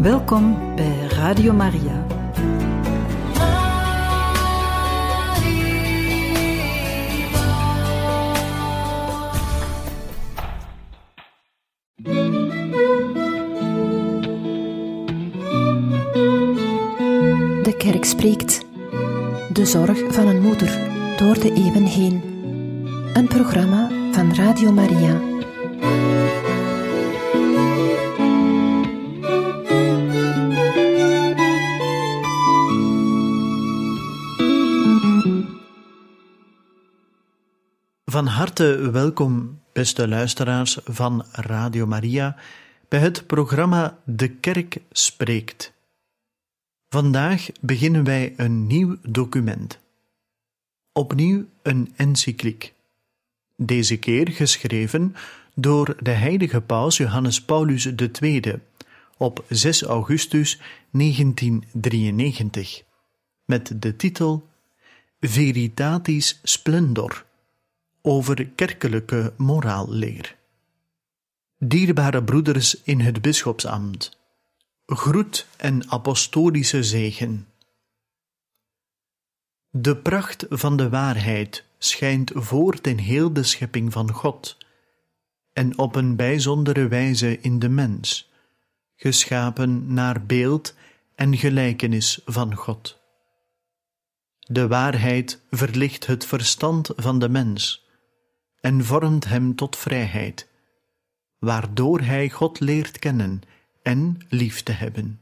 Welkom bij Radio Maria. De kerk spreekt. De zorg van een moeder door de eeuwen heen. Een programma van Radio Maria. Van harte welkom, beste luisteraars van Radio Maria, bij het programma De Kerk Spreekt. Vandaag beginnen wij een nieuw document. Opnieuw een encycliek. Deze keer geschreven door de heilige paus Johannes Paulus II op 6 augustus 1993, met de titel Veritatis Splendor, over kerkelijke moraalleer. Dierbare broeders in het bisschopsambt, groet en apostolische zegen. De pracht van de waarheid schijnt voort in heel de schepping van God en op een bijzondere wijze in de mens, geschapen naar beeld en gelijkenis van God. De waarheid verlicht het verstand van de mens en vormt hem tot vrijheid, waardoor hij God leert kennen en lief te hebben.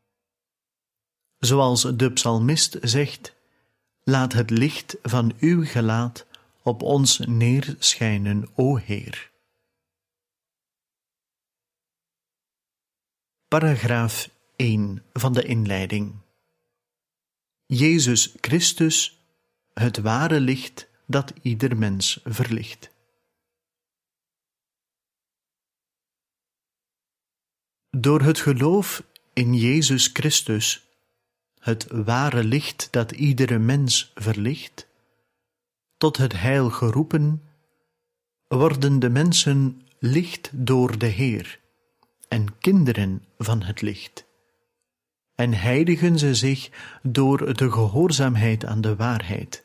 Zoals de psalmist zegt: laat het licht van uw gelaat op ons neerschijnen, o Heer. Paragraaf 1 van de inleiding. Jezus Christus, het ware licht dat ieder mens verlicht. Door het geloof in Jezus Christus, het ware licht dat iedere mens verlicht, tot het heil geroepen, worden de mensen licht door de Heer en kinderen van het licht, en heiligen ze zich door de gehoorzaamheid aan de waarheid.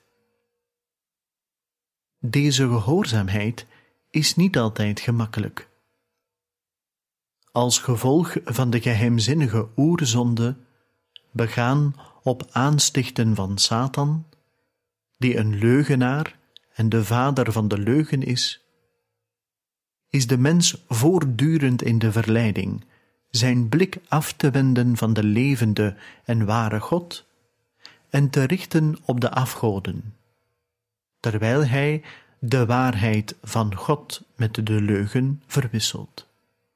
Deze gehoorzaamheid is niet altijd gemakkelijk. Als gevolg van de geheimzinnige oerzonde, begaan op aanstichten van Satan, die een leugenaar en de vader van de leugen is de mens voortdurend in de verleiding zijn blik af te wenden van de levende en ware God en te richten op de afgoden, terwijl hij de waarheid van God met de leugen verwisselt.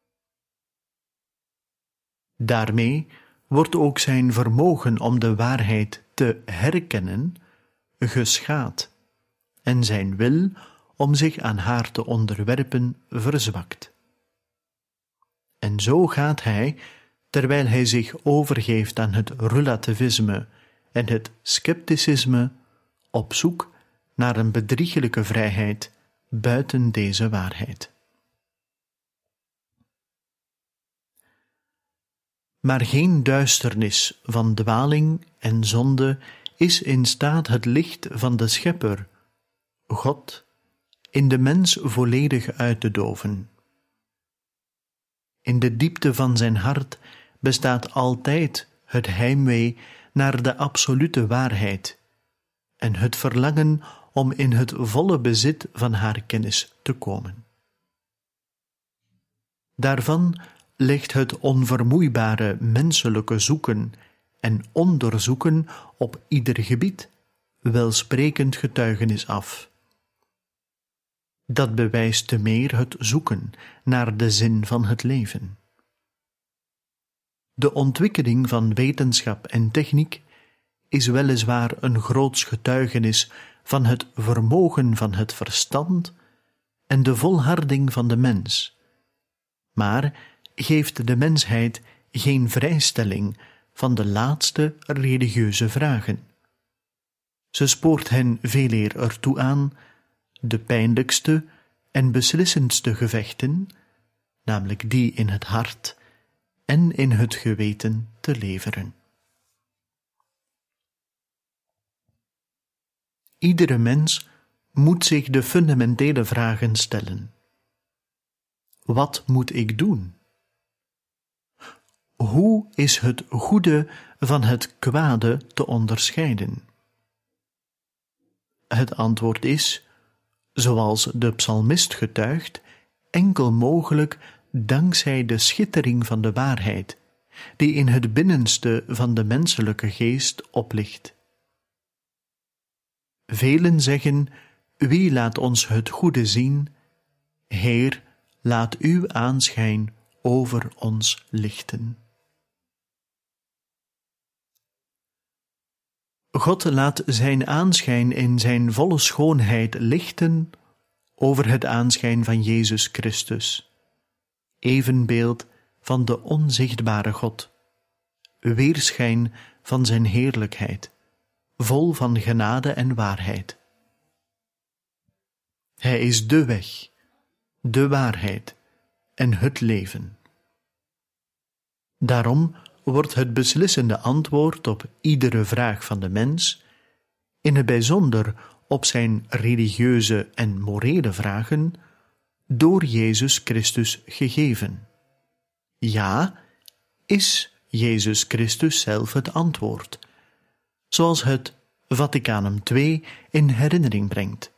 Daarmee wordt ook zijn vermogen om de waarheid te herkennen geschaad en zijn wil om zich aan haar te onderwerpen verzwakt. En zo gaat hij, terwijl hij zich overgeeft aan het relativisme en het scepticisme, op zoek naar een bedriegelijke vrijheid buiten deze waarheid. Maar geen duisternis van dwaling en zonde is in staat het licht van de Schepper, God, in de mens volledig uit te doven. In de diepte van zijn hart bestaat altijd het heimwee naar de absolute waarheid en het verlangen om in het volle bezit van haar kennis te komen. Daarvan legt het onvermoeibare menselijke zoeken en onderzoeken op ieder gebied welsprekend getuigenis af. Dat bewijst te meer het zoeken naar de zin van het leven. De ontwikkeling van wetenschap en techniek is weliswaar een groots getuigenis van het vermogen van het verstand en de volharding van de mens, maar geeft de mensheid geen vrijstelling van de laatste religieuze vragen. Ze spoort hen veeleer ertoe aan de pijnlijkste en beslissendste gevechten, namelijk die in het hart en in het geweten te leveren. Iedere mens moet zich de fundamentele vragen stellen. Wat moet ik doen? Hoe is het goede van het kwade te onderscheiden? Het antwoord is, zoals de psalmist getuigt, enkel mogelijk dankzij de schittering van de waarheid, die in het binnenste van de menselijke geest oplicht. Velen zeggen, wie laat ons het goede zien? Heer, laat uw aanschijn over ons lichten. God laat zijn aanschijn in zijn volle schoonheid lichten over het aanschijn van Jezus Christus, evenbeeld van de onzichtbare God, weerschijn van zijn heerlijkheid, vol van genade en waarheid. Hij is de weg, de waarheid en het leven. Daarom wordt het beslissende antwoord op iedere vraag van de mens, in het bijzonder op zijn religieuze en morele vragen, door Jezus Christus gegeven. Ja, is Jezus Christus zelf het antwoord, zoals het Vaticanum II in herinnering brengt.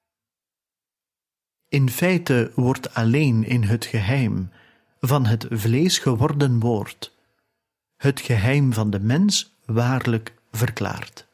In feite wordt alleen in het geheim van het vlees geworden woord het geheim van de mens waarlijk verklaard.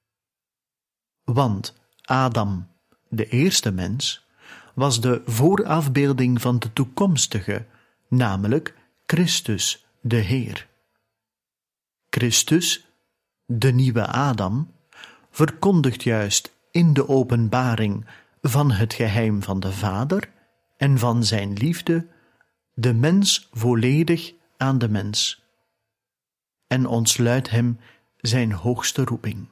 Want Adam, de eerste mens, was de voorafbeelding van de toekomstige, namelijk Christus, de Heer. Christus, de nieuwe Adam, verkondigt juist in de openbaring van het geheim van de Vader en van zijn liefde de mens volledig aan de mens en ontsluit hem zijn hoogste roeping.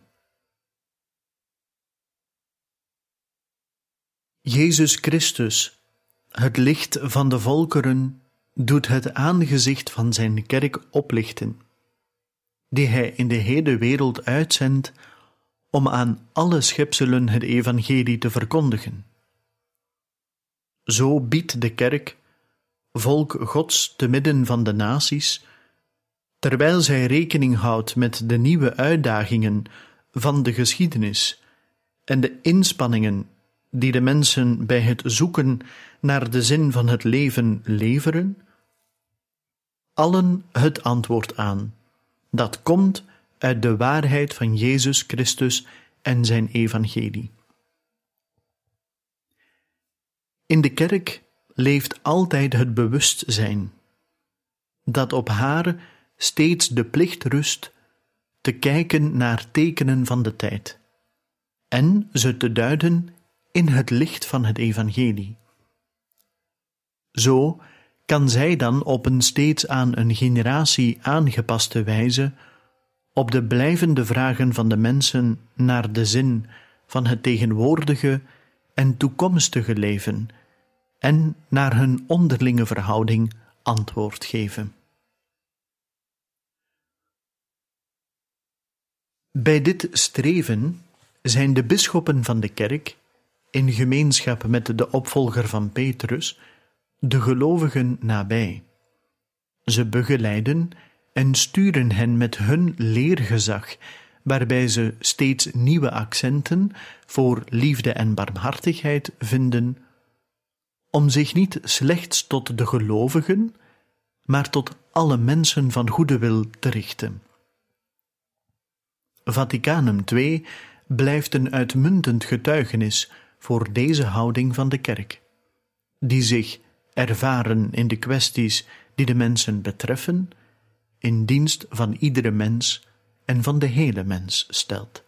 Jezus Christus, het licht van de volkeren, doet het aangezicht van zijn kerk oplichten, die hij in de hele wereld uitzendt om aan alle schepselen het evangelie te verkondigen. Zo biedt de kerk, volk Gods te midden van de naties, terwijl zij rekening houdt met de nieuwe uitdagingen van de geschiedenis en de inspanningen die de mensen bij het zoeken naar de zin van het leven leveren, allen het antwoord aan, dat komt uit de waarheid van Jezus Christus en zijn evangelie. In de kerk leeft altijd het bewustzijn dat op haar steeds de plicht rust te kijken naar tekenen van de tijd en ze te duiden in het licht van het evangelie. Zo kan zij dan op een steeds aan een generatie aangepaste wijze op de blijvende vragen van de mensen naar de zin van het tegenwoordige en toekomstige leven en naar hun onderlinge verhouding antwoord geven. Bij dit streven zijn de bisschoppen van de kerk, in gemeenschap met de opvolger van Petrus, de gelovigen nabij. Ze begeleiden en sturen hen met hun leergezag, waarbij ze steeds nieuwe accenten voor liefde en barmhartigheid vinden, om zich niet slechts tot de gelovigen, maar tot alle mensen van goede wil te richten. Vaticanum II blijft een uitmuntend getuigenis voor deze houding van de kerk, die zich, ervaren in de kwesties die de mensen betreffen, in dienst van iedere mens en van de hele mens stelt.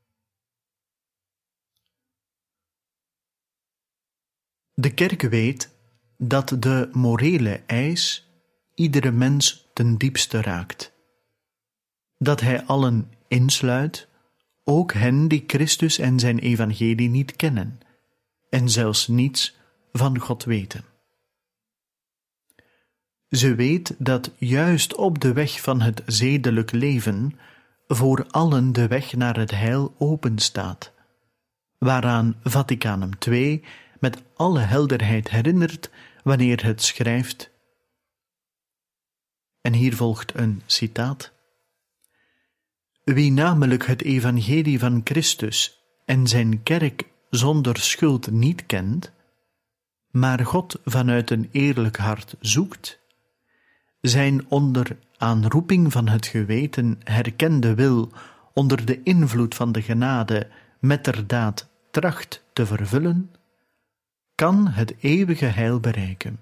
De kerk weet dat de morele eis iedere mens ten diepste raakt, dat hij allen insluit, ook hen die Christus en zijn evangelie niet kennen en zelfs niets van God weten. Ze weet dat juist op de weg van het zedelijk leven voor allen de weg naar het heil openstaat, waaraan Vaticanum II met alle helderheid herinnert wanneer het schrijft. En hier volgt een citaat. Wie namelijk het evangelie van Christus en zijn kerk zonder schuld niet kent, maar God vanuit een eerlijk hart zoekt, zijn onder aanroeping van het geweten herkende wil onder de invloed van de genade metterdaad tracht te vervullen, kan het eeuwige heil bereiken.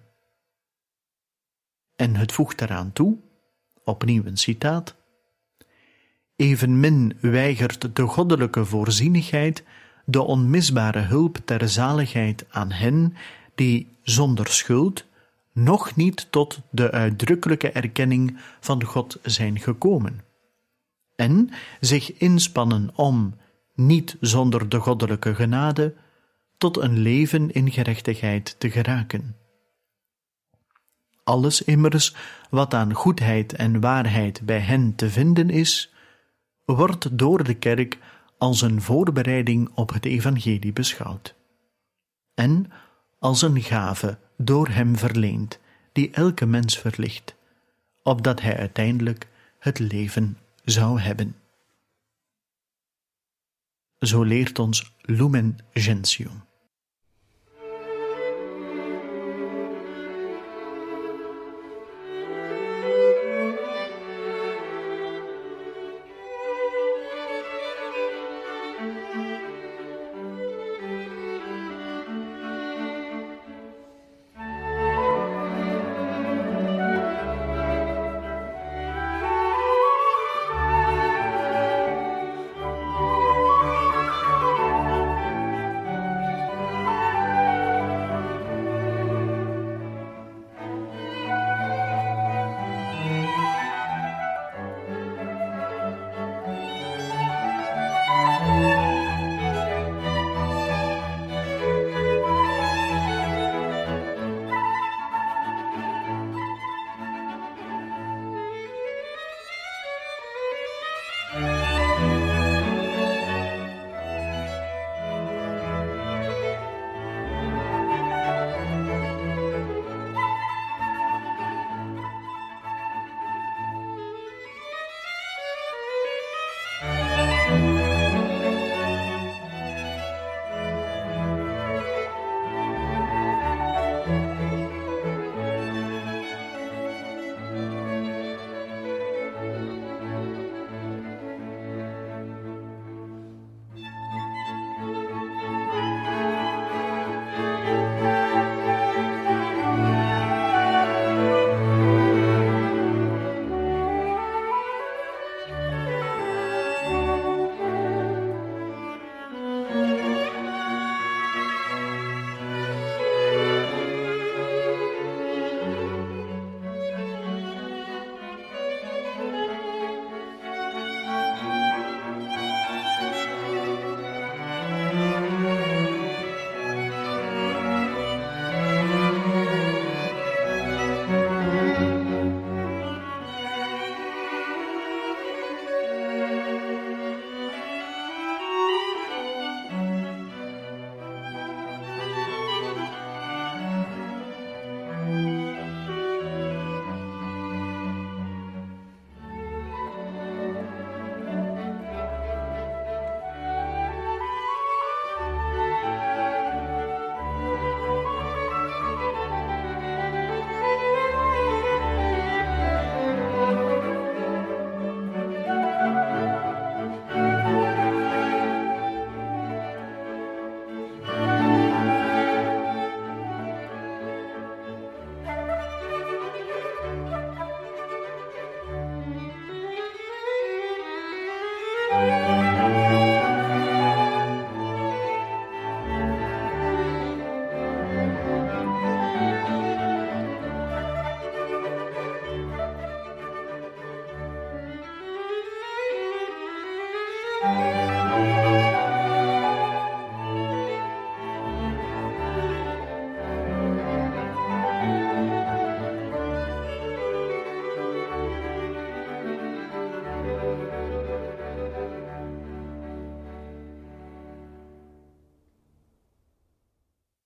En het voegt daaraan toe, opnieuw een citaat, evenmin weigert de goddelijke voorzienigheid de onmisbare hulp ter zaligheid aan hen die zonder schuld nog niet tot de uitdrukkelijke erkenning van God zijn gekomen, en zich inspannen om, niet zonder de goddelijke genade, tot een leven in gerechtigheid te geraken. Alles immers wat aan goedheid en waarheid bij hen te vinden is, wordt door de kerk als een voorbereiding op het evangelie beschouwd, en als een gave door hem verleend, die elke mens verlicht, opdat hij uiteindelijk het leven zou hebben. Zo leert ons Lumen Gentium.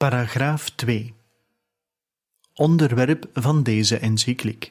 Paragraaf 2. Onderwerp van deze encycliek.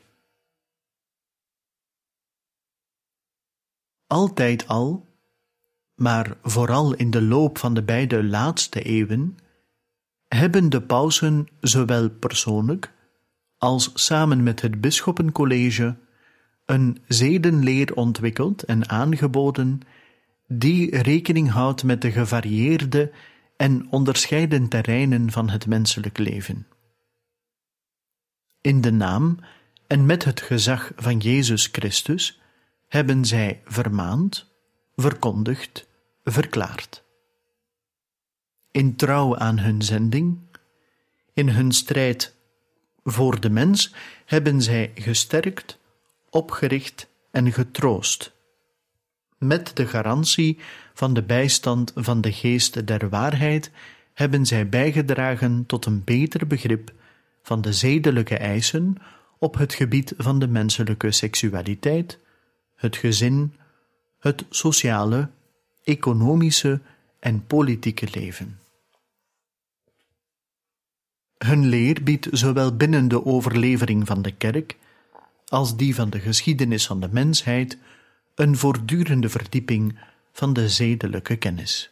Altijd al, maar vooral in de loop van de beide laatste eeuwen, hebben de pausen zowel persoonlijk als samen met het bisschoppencollege een zedenleer ontwikkeld en aangeboden die rekening houdt met de gevarieerde en onderscheiden terreinen van het menselijk leven. In de naam en met het gezag van Jezus Christus hebben zij vermaand, verkondigd, verklaard. In trouw aan hun zending, in hun strijd voor de mens, hebben zij gesterkt, opgericht en getroost, met de garantie van de bijstand van de geest der waarheid hebben zij bijgedragen tot een beter begrip van de zedelijke eisen op het gebied van de menselijke seksualiteit, het gezin, het sociale, economische en politieke leven. Hun leer biedt zowel binnen de overlevering van de kerk als die van de geschiedenis van de mensheid een voortdurende verdieping van de zedelijke kennis.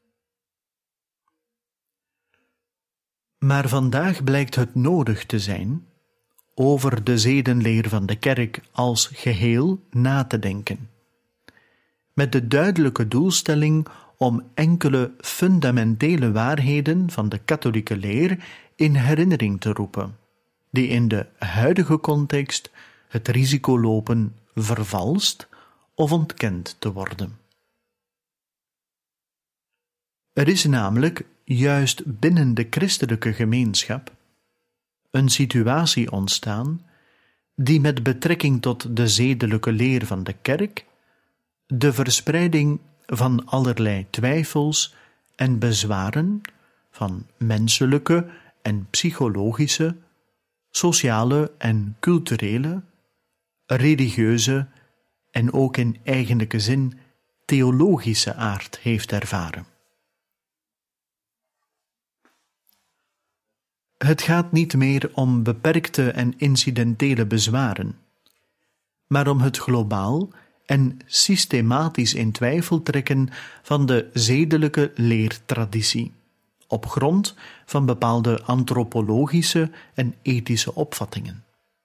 Maar vandaag blijkt het nodig te zijn over de zedenleer van de kerk als geheel na te denken, met de duidelijke doelstelling om enkele fundamentele waarheden van de katholieke leer in herinnering te roepen, die in de huidige context het risico lopen vervalst of ontkend te worden. Er is namelijk juist binnen de christelijke gemeenschap een situatie ontstaan die met betrekking tot de zedelijke leer van de kerk de verspreiding van allerlei twijfels en bezwaren van menselijke en psychologische, sociale en culturele, religieuze en ook in eigenlijke zin theologische aard heeft ervaren. Het gaat niet meer om beperkte en incidentele bezwaren, maar om het globaal en systematisch in twijfel trekken van de zedelijke leertraditie, op grond van bepaalde antropologische en ethische opvattingen.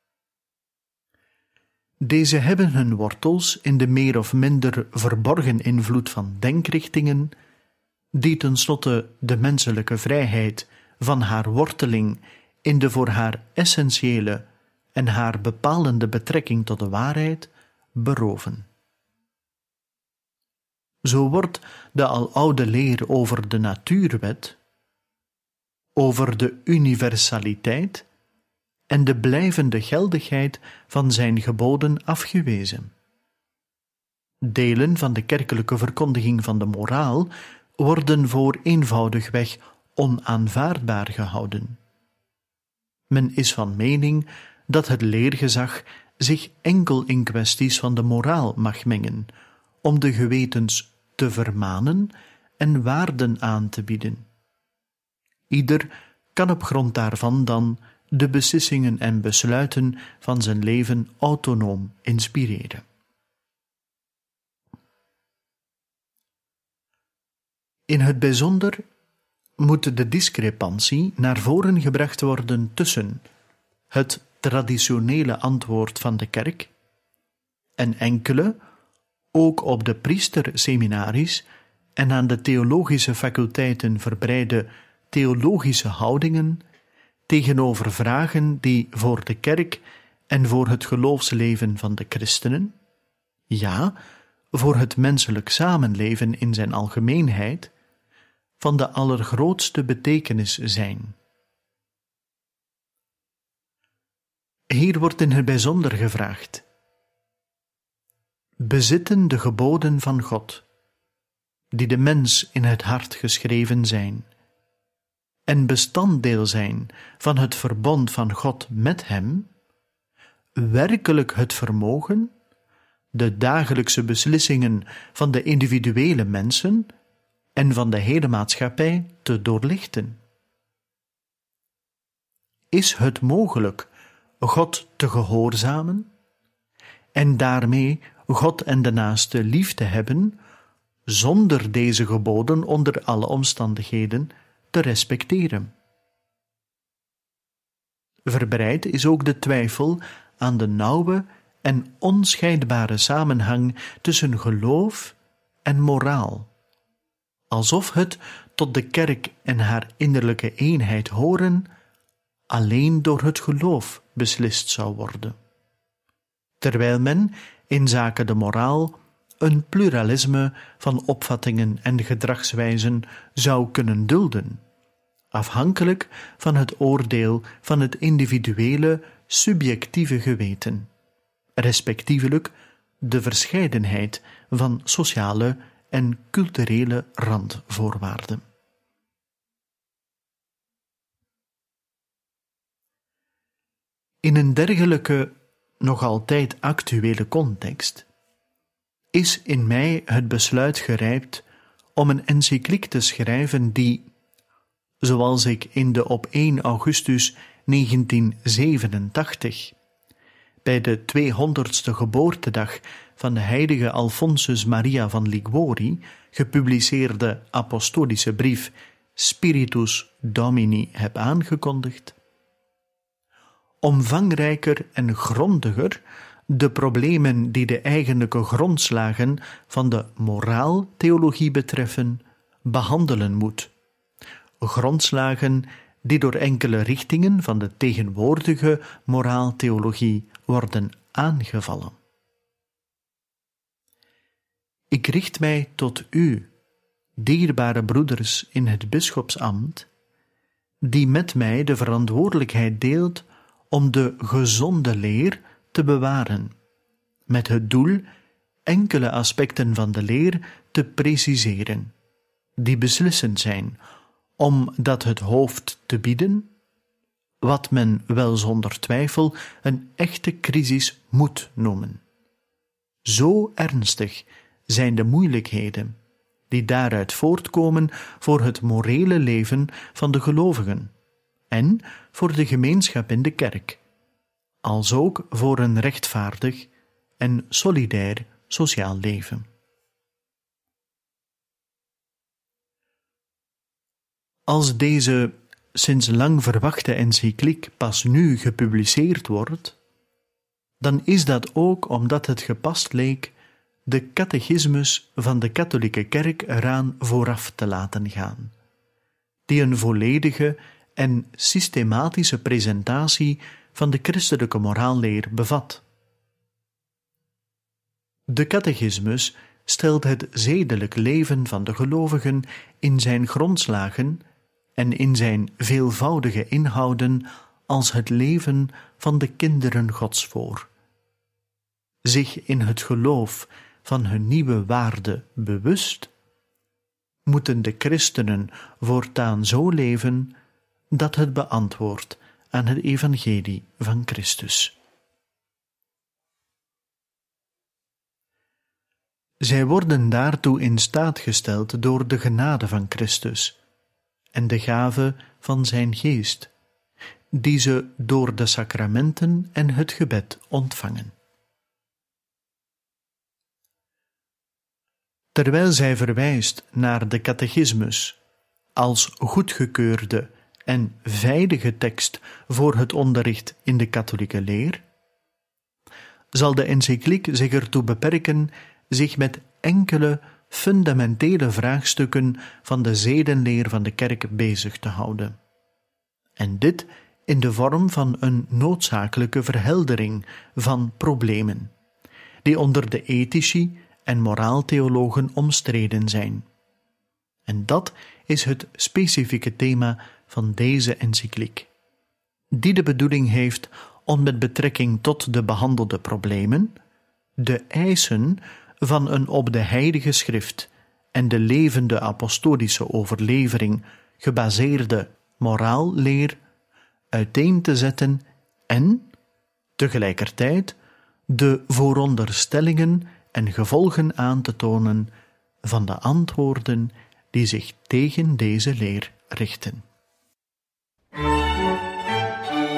Deze hebben hun wortels in de meer of minder verborgen invloed van denkrichtingen, die tenslotte de menselijke vrijheid van haar worteling in de voor haar essentiële en haar bepalende betrekking tot de waarheid beroven. Zo wordt de aloude leer over de natuurwet, over de universaliteit en de blijvende geldigheid van zijn geboden afgewezen. Delen van de kerkelijke verkondiging van de moraal worden voor eenvoudigweg onaanvaardbaar gehouden. Men is van mening dat het leergezag zich enkel in kwesties van de moraal mag mengen, om de gewetens te vermanen en waarden aan te bieden. Ieder kan op grond daarvan dan de beslissingen en besluiten van zijn leven autonoom inspireren. In het bijzonder moet de discrepantie naar voren gebracht worden tussen het traditionele antwoord van de kerk en enkele, ook op de priesterseminaries en aan de theologische faculteiten verbreide theologische houdingen tegenover vragen die voor de kerk en voor het geloofsleven van de christenen, ja, voor het menselijk samenleven in zijn algemeenheid, van de allergrootste betekenis zijn. Hier wordt in het bijzonder gevraagd: bezitten de geboden van God, die de mens in het hart geschreven zijn, en bestanddeel zijn van het verbond van God met hem, werkelijk het vermogen de dagelijkse beslissingen van de individuele mensen en van de hele maatschappij te doorlichten? is het mogelijk God te gehoorzamen en daarmee God en de naaste lief te hebben, zonder deze geboden onder alle omstandigheden te respecteren. Verbreid is ook de twijfel aan de nauwe en onscheidbare samenhang tussen geloof en moraal, alsof het tot de kerk en haar innerlijke eenheid horen alleen door het geloof beslist zou worden, terwijl men in zaken de moraal een pluralisme van opvattingen en gedragswijzen zou kunnen dulden, afhankelijk van het oordeel van het individuele, subjectieve geweten, respectievelijk de verscheidenheid van sociale en culturele randvoorwaarden. In een dergelijke, nog altijd actuele context is in mij het besluit gerijpt om een encycliek te schrijven die, zoals ik in de op 1 augustus 1987, bij de 200ste geboortedag van de heilige Alfonsus Maria van Liguori, gepubliceerde apostolische brief Spiritus Domini heb aangekondigd, omvangrijker en grondiger de problemen die de eigenlijke grondslagen van de moraaltheologie betreffen, behandelen moet. Grondslagen die door enkele richtingen van de tegenwoordige moraaltheologie worden aangevallen. Ik richt mij tot u, dierbare broeders in het bisschopsambt, die met mij de verantwoordelijkheid deelt om de gezonde leer te bewaren, met het doel enkele aspecten van de leer te preciseren, die beslissend zijn om dat het hoofd te bieden, wat men wel zonder twijfel een echte crisis moet noemen. Zo ernstig zijn de moeilijkheden die daaruit voortkomen voor het morele leven van de gelovigen en voor de gemeenschap in de kerk, als ook voor een rechtvaardig en solidair sociaal leven. Als deze sinds lang verwachte encycliek pas nu gepubliceerd wordt, dan is dat ook omdat het gepast leek de catechismus van de katholieke kerk eraan vooraf te laten gaan, die een volledige en systematische presentatie van de christelijke moraalleer bevat. De catechismus stelt het zedelijk leven van de gelovigen in zijn grondslagen en in zijn veelvoudige inhouden als het leven van de kinderen Gods voor. Zich in het geloof van hun nieuwe waarde bewust, moeten de christenen voortaan zo leven dat het beantwoordt aan het evangelie van Christus. Zij worden daartoe in staat gesteld door de genade van Christus en de gave van zijn geest, die ze door de sacramenten en het gebed ontvangen. Terwijl zij verwijst naar de catechismus als goedgekeurde en veilige tekst voor het onderricht in de katholieke leer, zal de encycliek zich ertoe beperken zich met enkele fundamentele vraagstukken van de zedenleer van de kerk bezig te houden. En dit in de vorm van een noodzakelijke verheldering van problemen, die onder de ethici en moraaltheologen omstreden zijn. En dat is het specifieke thema van deze encycliek, die de bedoeling heeft om met betrekking tot de behandelde problemen de eisen van een op de heilige schrift en de levende apostolische overlevering gebaseerde moraalleer uiteen te zetten en, tegelijkertijd, de vooronderstellingen en gevolgen aan te tonen van de antwoorden die zich tegen deze leer richten.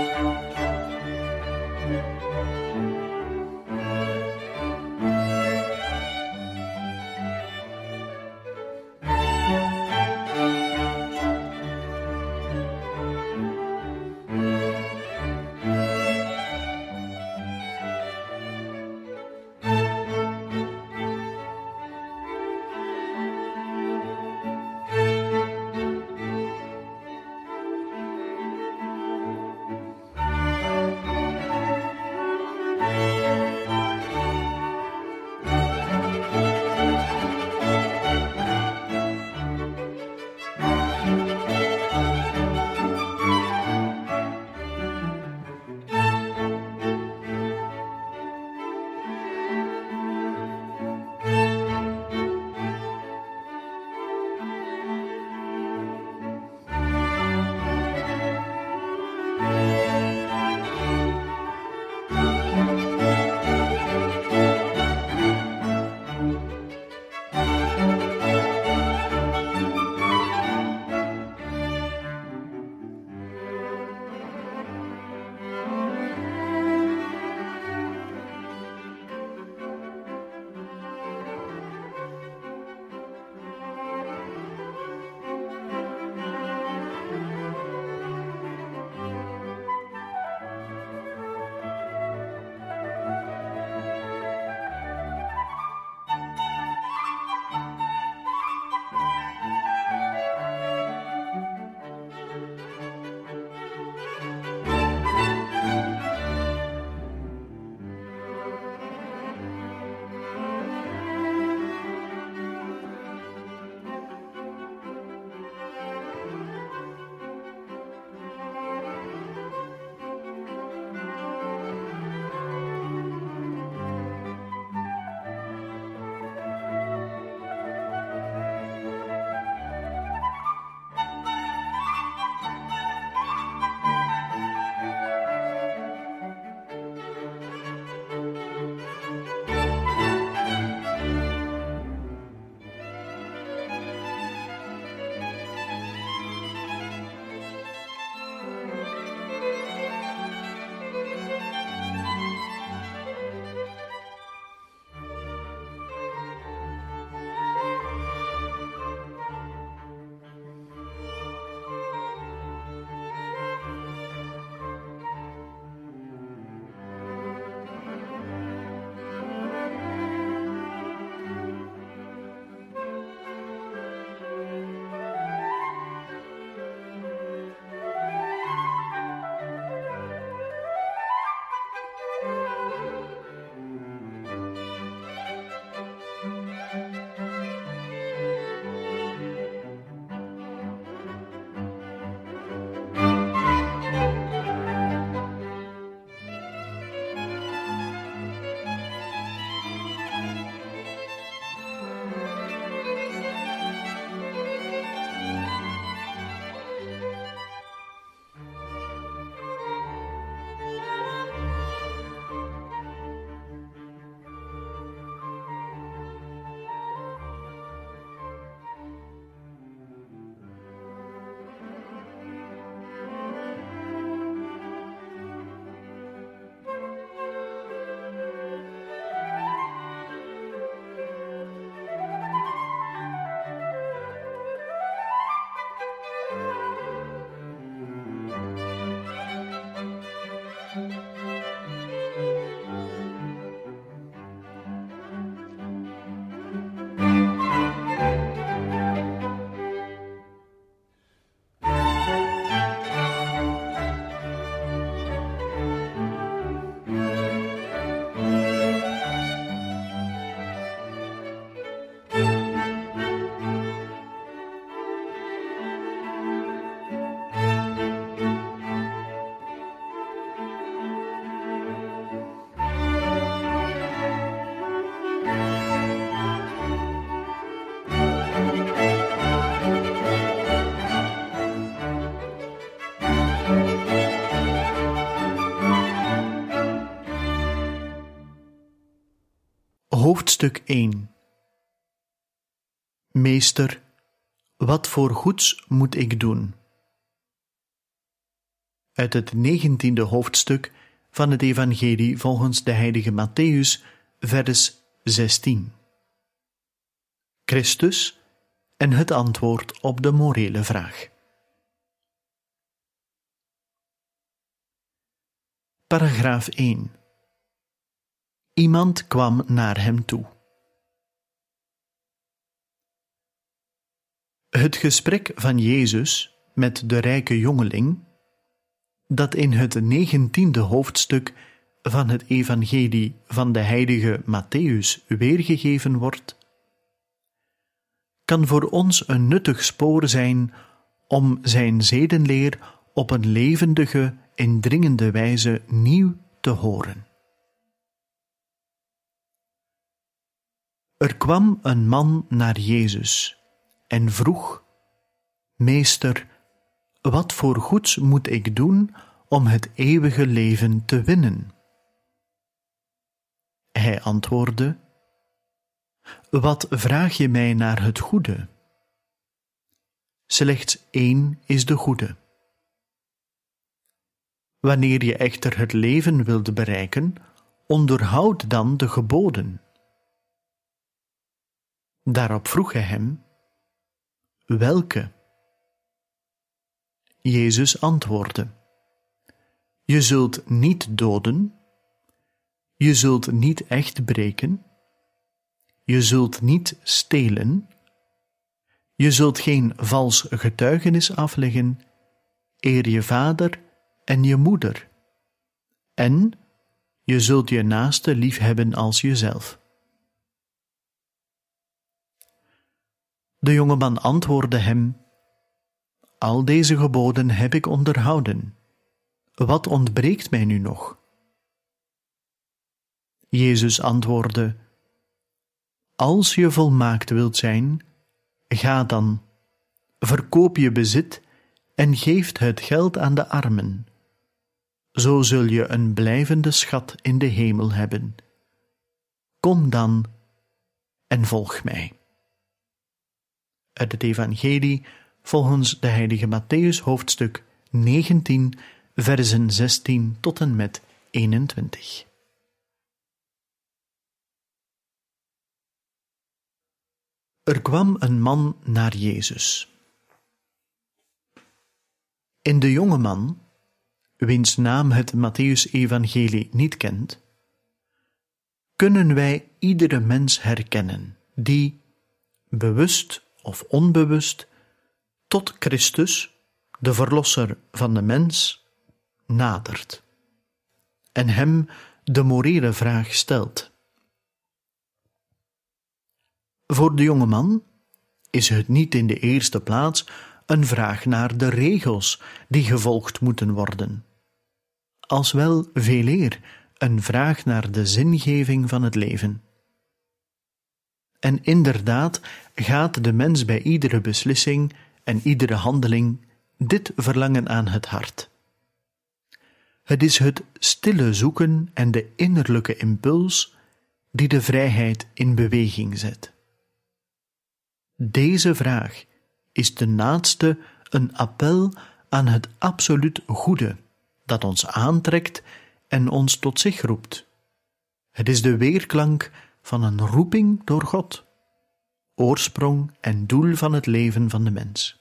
Hoofdstuk 1. Meester, wat voor goeds moet ik doen? Uit het 19e hoofdstuk van het Evangelie volgens de heilige Mattheüs, vers 16. Christus en het antwoord op de morele vraag. Paragraaf 1. Iemand kwam naar hem toe. Het gesprek van Jezus met de rijke jongeling, dat in het 19e hoofdstuk van het Evangelie van de heilige Mattheüs weergegeven wordt, kan voor ons een nuttig spoor zijn om zijn zedenleer op een levendige, indringende wijze nieuw te horen. Er kwam een man naar Jezus en vroeg: Meester, wat voor goeds moet ik doen om het eeuwige leven te winnen? Hij antwoordde: Wat vraag je mij naar het goede? Slechts één is de goede. Wanneer je echter het leven wilt bereiken, onderhoud dan de geboden. Daarop vroeg hij hem: Welke? Jezus antwoordde: Je zult niet doden, je zult niet echt breken, je zult niet stelen, je zult geen vals getuigenis afleggen, eer je vader en je moeder, en je zult je naaste liefhebben als jezelf. De jongeman antwoordde hem: Al deze geboden heb ik onderhouden. Wat ontbreekt mij nu nog? Jezus antwoordde: Als je volmaakt wilt zijn, ga dan, verkoop je bezit en geef het geld aan de armen. Zo zul je een blijvende schat in de hemel hebben. Kom dan en volg mij. Uit het Evangelie volgens de heilige Mattheüs, hoofdstuk 19, versen 16 tot en met 21. Er kwam een man naar Jezus. En de jonge man, wiens naam het Mattheüs-evangelie niet kent, kunnen wij iedere mens herkennen die, bewust of onbewust, tot Christus, de Verlosser van de mens, nadert en hem de morele vraag stelt. Voor de jonge man is het niet in de eerste plaats een vraag naar de regels die gevolgd moeten worden, als wel veeleer een vraag naar de zingeving van het leven. En inderdaad gaat de mens bij iedere beslissing en iedere handeling dit verlangen aan het hart. Het is het stille zoeken en de innerlijke impuls die de vrijheid in beweging zet. Deze vraag is ten laatste een appel aan het absoluut goede dat ons aantrekt en ons tot zich roept. Het is de weerklank van een roeping door God, oorsprong en doel van het leven van de mens.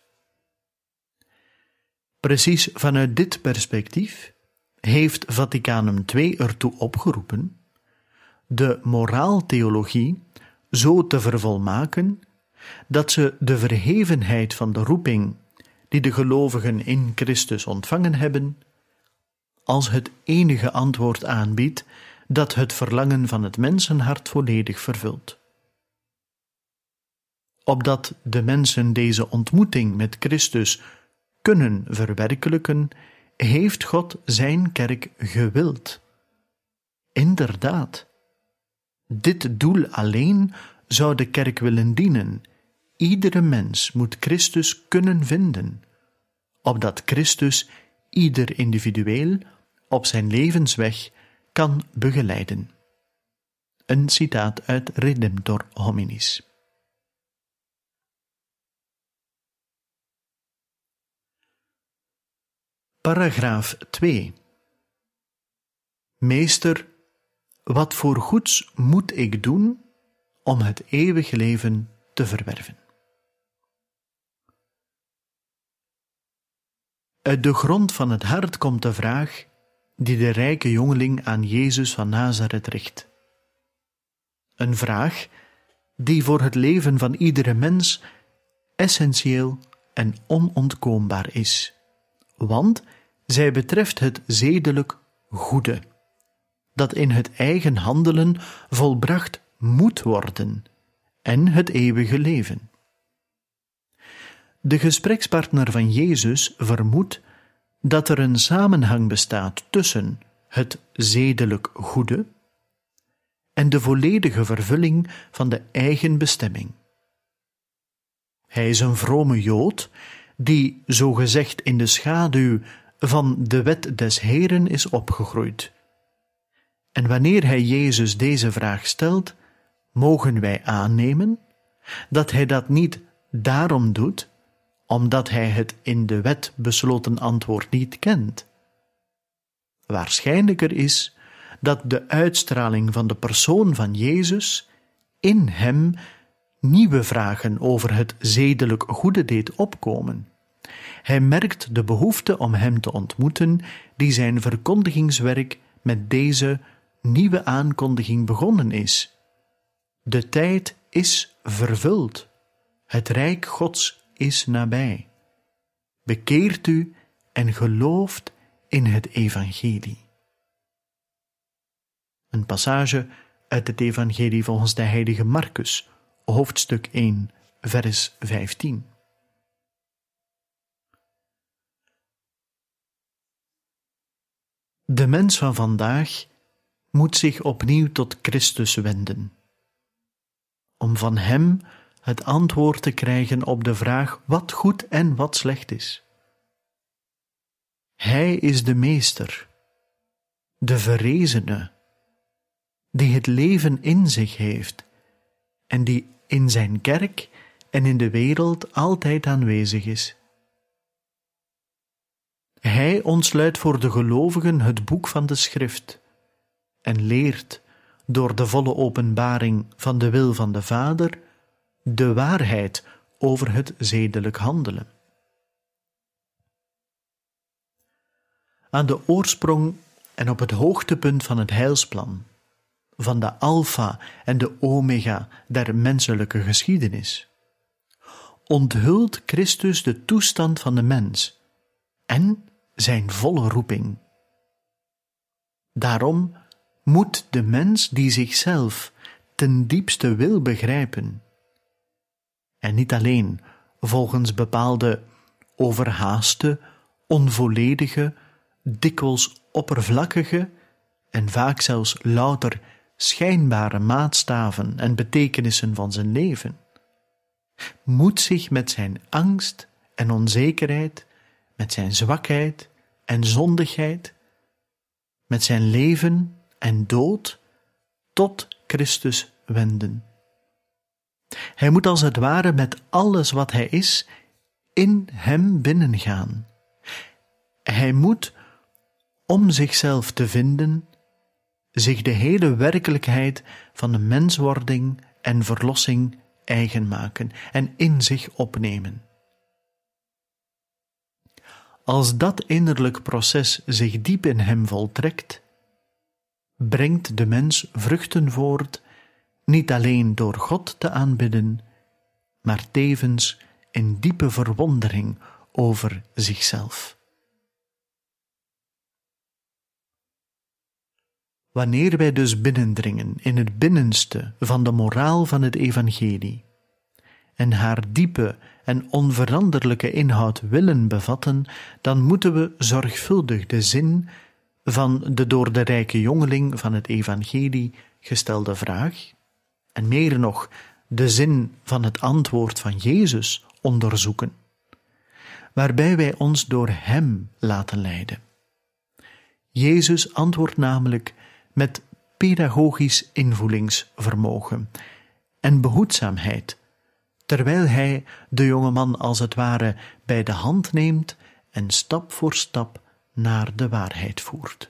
Precies vanuit dit perspectief heeft Vaticanum II ertoe opgeroepen de moraaltheologie zo te vervolmaken dat ze de verhevenheid van de roeping die de gelovigen in Christus ontvangen hebben, als het enige antwoord aanbiedt dat het verlangen van het mensenhart volledig vervult. Opdat de mensen deze ontmoeting met Christus kunnen verwerkelijken, heeft God zijn kerk gewild. Inderdaad, dit doel alleen zou de kerk willen dienen. Iedere mens moet Christus kunnen vinden, opdat Christus ieder individueel op zijn levensweg kan begeleiden. Een citaat uit Redemptor Hominis. Paragraaf 2. Meester, wat voor goeds moet ik doen om het eeuwige leven te verwerven? Uit de grond van het hart komt de vraag die de rijke jongeling aan Jezus van Nazareth richt. Een vraag die voor het leven van iedere mens essentieel en onontkoombaar is, want zij betreft het zedelijk goede, dat in het eigen handelen volbracht moet worden, en het eeuwige leven. De gesprekspartner van Jezus vermoedt dat er een samenhang bestaat tussen het zedelijk goede en de volledige vervulling van de eigen bestemming. Hij is een vrome Jood die, zogezegd in de schaduw van de wet des Heeren is opgegroeid. En wanneer hij Jezus deze vraag stelt, mogen wij aannemen dat hij dat niet daarom doet, omdat hij het in de wet besloten antwoord niet kent. Waarschijnlijker is dat de uitstraling van de persoon van Jezus in hem nieuwe vragen over het zedelijk goede deed opkomen. Hij merkt de behoefte om hem te ontmoeten, die zijn verkondigingswerk met deze nieuwe aankondiging begonnen is. De tijd is vervuld. Het rijk Gods is nabij. Bekeert u en gelooft in het evangelie. Een passage uit het evangelie volgens de heilige Marcus, hoofdstuk 1, vers 15. De mens van vandaag moet zich opnieuw tot Christus wenden, om van hem het antwoord te krijgen op de vraag wat goed en wat slecht is. Hij is de Meester, de verrezene, die het leven in zich heeft en die in zijn kerk en in de wereld altijd aanwezig is. Hij ontsluit voor de gelovigen het boek van de Schrift en leert door de volle openbaring van de wil van de Vader de waarheid over het zedelijk handelen. Aan de oorsprong en op het hoogtepunt van het heilsplan, van de alfa en de omega der menselijke geschiedenis, onthult Christus de toestand van de mens en zijn volle roeping. Daarom moet de mens die zichzelf ten diepste wil begrijpen, en niet alleen volgens bepaalde overhaaste, onvolledige, dikwijls oppervlakkige en vaak zelfs louter schijnbare maatstaven en betekenissen van zijn leven, moet zich met zijn angst en onzekerheid, met zijn zwakheid en zondigheid, met zijn leven en dood tot Christus wenden. Hij moet als het ware met alles wat hij is in hem binnengaan. Hij moet, om zichzelf te vinden, zich de hele werkelijkheid van de menswording en verlossing eigen maken en in zich opnemen. Als dat innerlijk proces zich diep in hem voltrekt, brengt de mens vruchten voort, niet alleen door God te aanbidden, maar tevens in diepe verwondering over zichzelf. Wanneer wij dus binnendringen in het binnenste van de moraal van het evangelie en haar diepe en onveranderlijke inhoud willen bevatten, dan moeten we zorgvuldig de zin van de door de rijke jongeling van het evangelie gestelde vraag, en meer nog de zin van het antwoord van Jezus onderzoeken, waarbij wij ons door hem laten leiden. Jezus antwoordt namelijk met pedagogisch invoelingsvermogen en behoedzaamheid, terwijl hij de jongeman als het ware bij de hand neemt en stap voor stap naar de waarheid voert.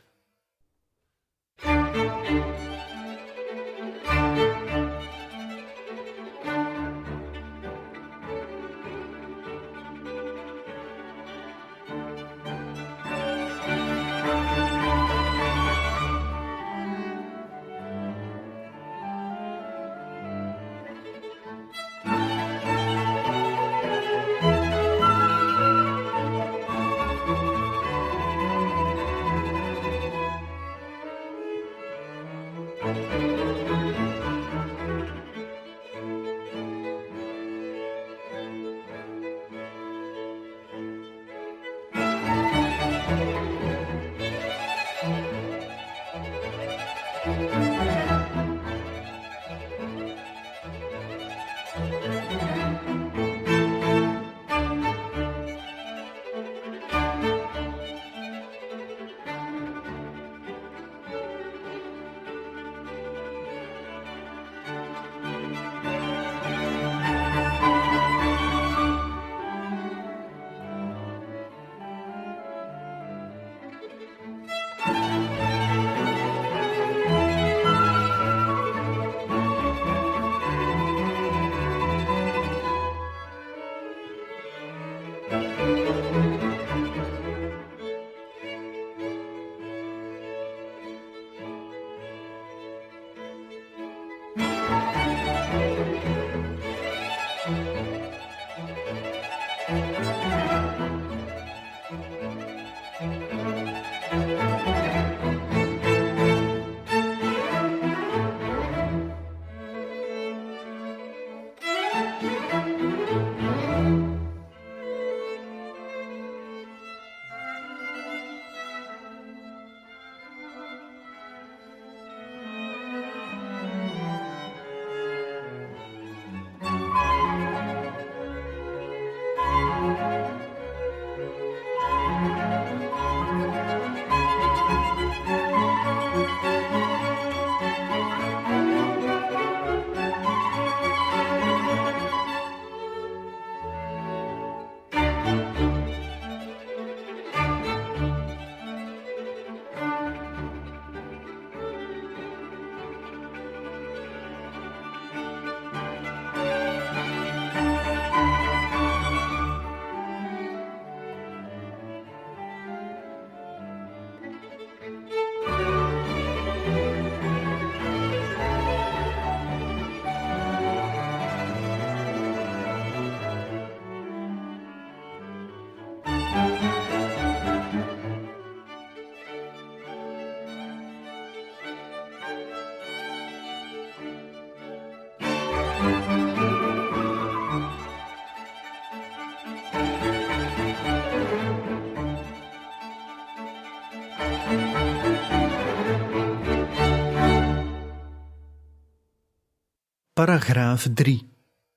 Paragraaf 3.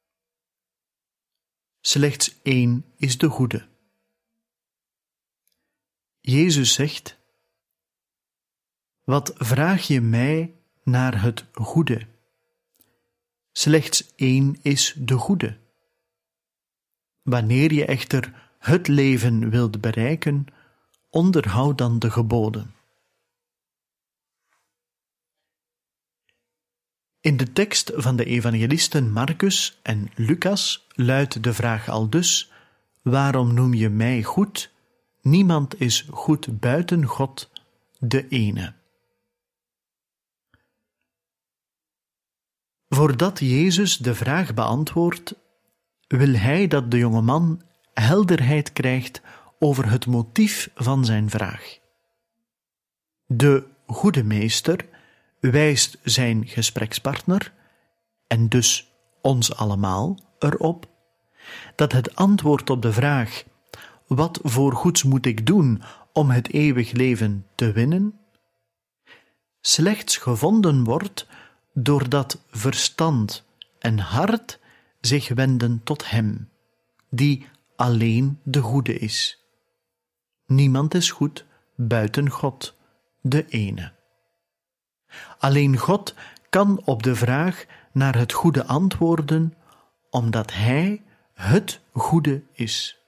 Slechts één is de goede. Jezus zegt: wat vraag je mij naar het goede? Slechts één is de goede. Wanneer je echter het leven wilt bereiken, onderhoud dan de geboden. In de tekst van de evangelisten Marcus en Lucas luidt de vraag aldus: waarom noem je mij goed? Niemand is goed buiten God, de ene. Voordat Jezus de vraag beantwoordt, wil hij dat de jongeman helderheid krijgt over het motief van zijn vraag. De goede meester wijst zijn gesprekspartner, en dus ons allemaal, erop dat het antwoord op de vraag: wat voor goeds moet ik doen om het eeuwig leven te winnen, slechts gevonden wordt doordat verstand en hart zich wenden tot Hem, die alleen de goede is. Niemand is goed buiten God, de ene. Alleen God kan op de vraag naar het goede antwoorden, omdat Hij het goede is.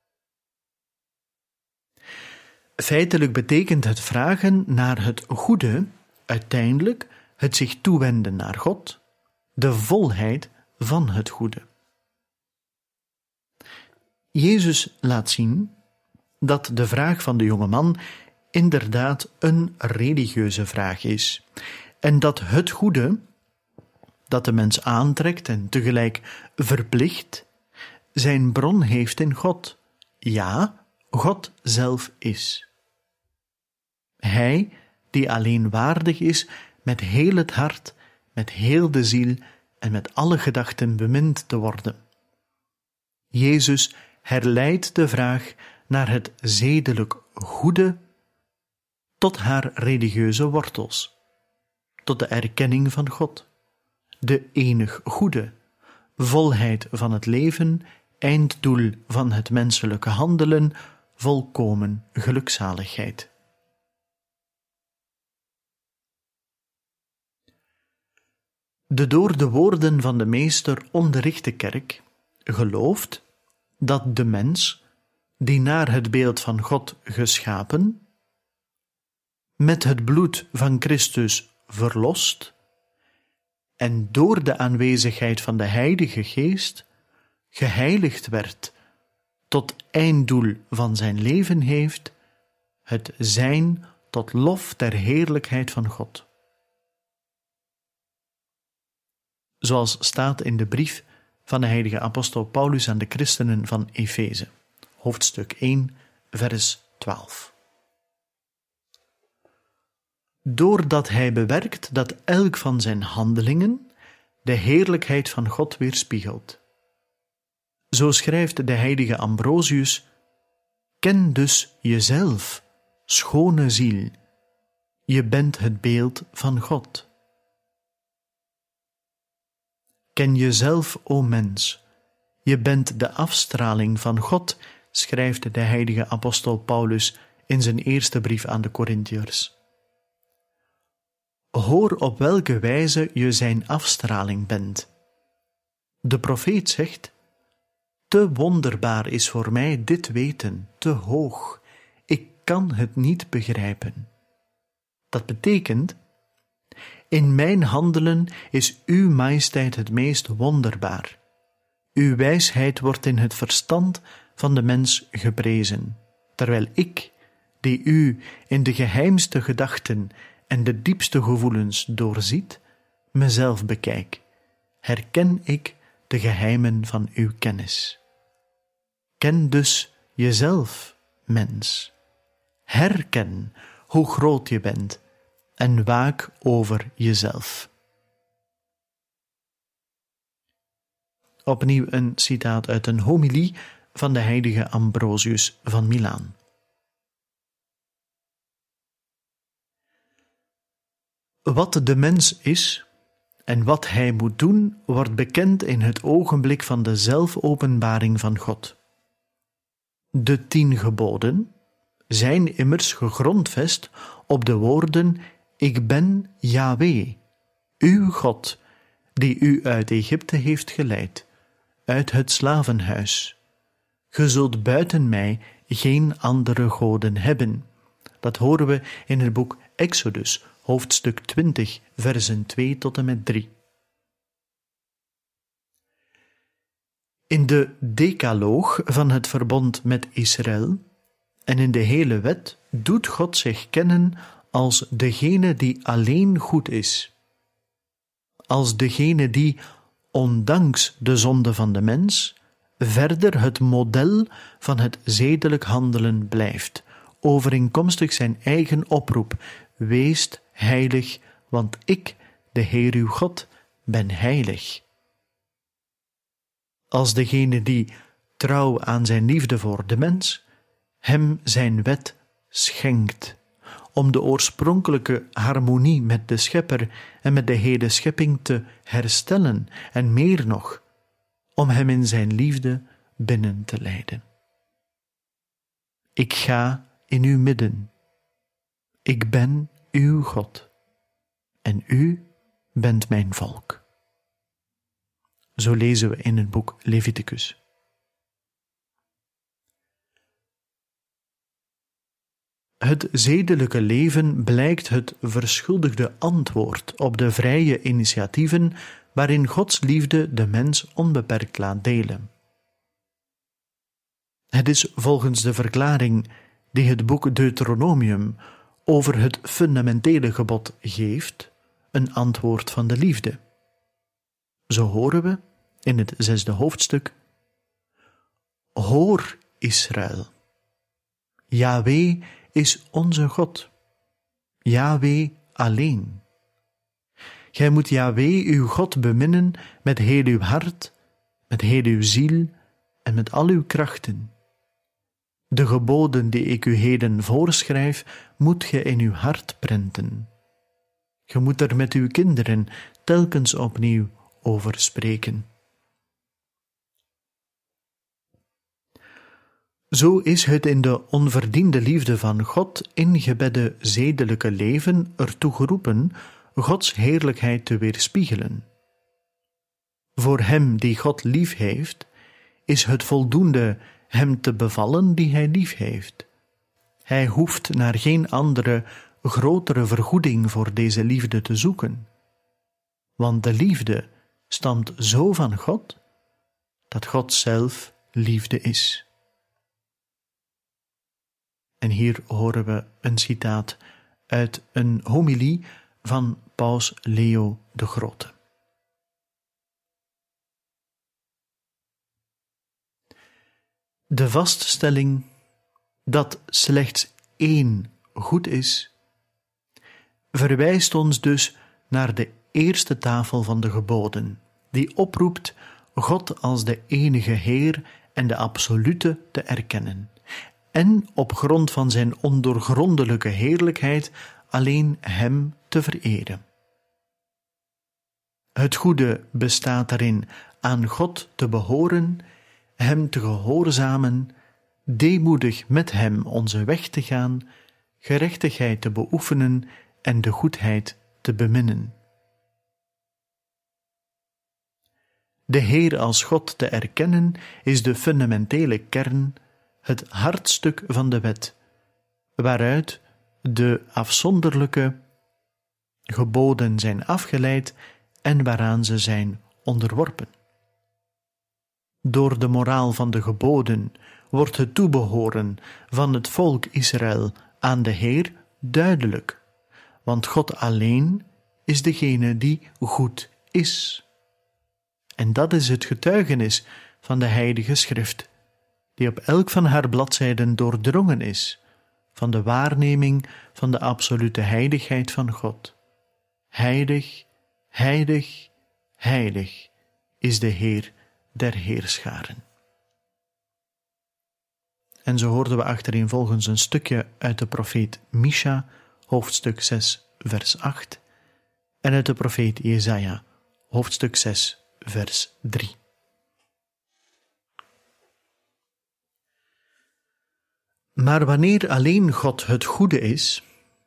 Feitelijk betekent het vragen naar het goede uiteindelijk het zich toewenden naar God, de volheid van het goede. Jezus laat zien dat de vraag van de jonge man inderdaad een religieuze vraag is en dat het goede, dat de mens aantrekt en tegelijk verplicht, zijn bron heeft in God. Ja, God zelf is. Hij die alleen waardig is met heel het hart, met heel de ziel en met alle gedachten bemind te worden. Jezus herleidt de vraag naar het zedelijk goede tot haar religieuze wortels, tot de erkenning van God, de enig goede, volheid van het leven, einddoel van het menselijke handelen, volkomen gelukzaligheid. De door de woorden van de meester onderrichte kerk gelooft dat de mens, die naar het beeld van God geschapen, met het bloed van Christus verlost en door de aanwezigheid van de Heilige Geest geheiligd werd, tot einddoel van zijn leven heeft, het zijn tot lof der heerlijkheid van God. Zoals staat in de brief van de heilige apostel Paulus aan de christenen van Efeze, hoofdstuk 1, vers 12. Doordat hij bewerkt dat elk van zijn handelingen de heerlijkheid van God weerspiegelt. Zo schrijft de heilige Ambrosius: ken dus jezelf, schone ziel, je bent het beeld van God. Ken jezelf, o mens, je bent de afstraling van God, schrijft de heilige apostel Paulus in zijn eerste brief aan de Korintiërs. Hoor op welke wijze je zijn afstraling bent. De profeet zegt: te wonderbaar is voor mij dit weten, te hoog, ik kan het niet begrijpen. Dat betekent: in mijn handelen is uw majesteit het meest wonderbaar. Uw wijsheid wordt in het verstand van de mens geprezen, terwijl ik, die u in de geheimste gedachten en de diepste gevoelens doorziet, mezelf bekijk, herken ik de geheimen van uw kennis. Ken dus jezelf, mens. Herken hoe groot je bent en waak over jezelf. Opnieuw een citaat uit een homilie van de heilige Ambrosius van Milaan. Wat de mens is en wat hij moet doen, wordt bekend in het ogenblik van de zelfopenbaring van God. De 10 geboden zijn immers gegrondvest op de woorden: ik ben Yahweh, uw God, die u uit Egypte heeft geleid, uit het slavenhuis. Ge zult buiten mij geen andere goden hebben. Dat horen we in het boek Exodus, hoofdstuk 20, versen 2 tot en met 3. In de decaloog van het verbond met Israël en in de hele wet doet God zich kennen als degene die alleen goed is, als degene die, ondanks de zonde van de mens, verder het model van het zedelijk handelen blijft, overeenkomstig zijn eigen oproep: weest heilig, want ik, de Heer uw God, ben heilig. Als degene die, trouw aan zijn liefde voor de mens, hem zijn wet schenkt, om de oorspronkelijke harmonie met de Schepper en met de hele schepping te herstellen, en meer nog, om hem in zijn liefde binnen te leiden. Ik ga in uw midden. Ik ben uw God. En en u bent mijn volk. Zo lezen we in het boek Leviticus. Het zedelijke leven blijkt het verschuldigde antwoord op de vrije initiatieven waarin Gods liefde de mens onbeperkt laat delen. Het is volgens de verklaring die het boek Deuteronomium over het fundamentele gebod geeft, een antwoord van de liefde. Zo horen we in het 6e hoofdstuk: Hoor, Israël, Yahweh is onze God, Yahweh alleen. Gij moet Yahweh uw God beminnen met heel uw hart, met heel uw ziel en met al uw krachten. De geboden die ik u heden voorschrijf, moet ge in uw hart prenten. Ge moet er met uw kinderen telkens opnieuw over spreken. Zo is het in de onverdiende liefde van God ingebedde zedelijke leven ertoe geroepen Gods heerlijkheid te weerspiegelen. Voor hem die God lief heeft, is het voldoende hem te bevallen die hij lief heeft. Hij hoeft naar geen andere, grotere vergoeding voor deze liefde te zoeken. Want de liefde stamt zo van God, dat God zelf liefde is. En hier horen we een citaat uit een homilie van Paus Leo de Grote. De vaststelling dat slechts één goed is, verwijst ons dus naar de eerste tafel van de geboden, die oproept God als de enige Heer en de absolute te erkennen, en op grond van zijn ondoorgrondelijke heerlijkheid alleen Hem te vereren. Het goede bestaat erin aan God te behoren, Hem te gehoorzamen, deemoedig met Hem onze weg te gaan, gerechtigheid te beoefenen en de goedheid te beminnen. De Heer als God te erkennen is de fundamentele kern, het hartstuk van de wet, waaruit de afzonderlijke geboden zijn afgeleid en waaraan ze zijn onderworpen. Door de moraal van de geboden wordt het toebehoren van het volk Israël aan de Heer duidelijk, want God alleen is degene die goed is. En dat is het getuigenis van de Heilige Schrift, die op elk van haar bladzijden doordrongen is, van de waarneming van de absolute heiligheid van God. Heilig, heilig, heilig is de Heer der heerscharen. En zo hoorden we achtereenvolgens een stukje uit de profeet Micha, hoofdstuk 6, vers 8, en uit de profeet Jesaja, hoofdstuk 6, vers 3. Maar wanneer alleen God het goede is,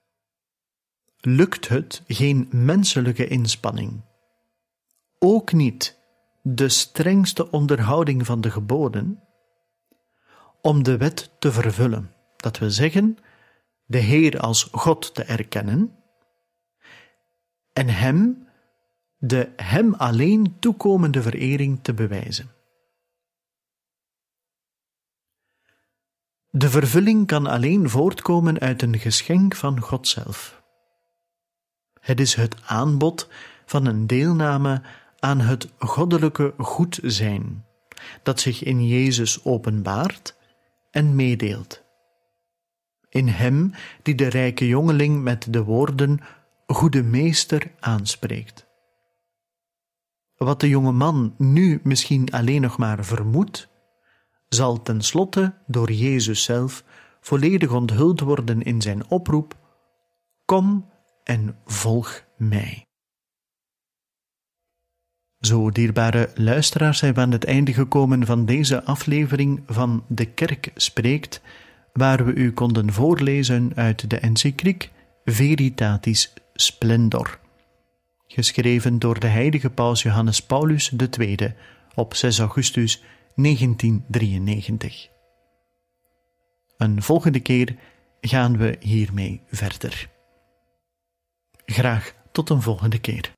lukt het geen menselijke inspanning, ook niet de strengste onderhouding van de geboden, om de wet te vervullen, dat wil zeggen, de Heer als God te erkennen en Hem alleen toekomende verering te bewijzen. De vervulling kan alleen voortkomen uit een geschenk van God zelf. Het is het aanbod van een deelname aan het goddelijke goed zijn, dat zich in Jezus openbaart en meedeelt. In Hem die de rijke jongeling met de woorden Goede Meester aanspreekt. Wat de jonge man nu misschien alleen nog maar vermoedt, zal tenslotte door Jezus zelf volledig onthuld worden in zijn oproep: Kom en volg mij. Zo, dierbare luisteraars, zijn we aan het einde gekomen van deze aflevering van De Kerk Spreekt, waar we u konden voorlezen uit de encycliek Veritatis Splendor. geschreven door de heilige paus Johannes Paulus II op 6 augustus 1993. Een volgende keer gaan we hiermee verder. Graag tot een volgende keer.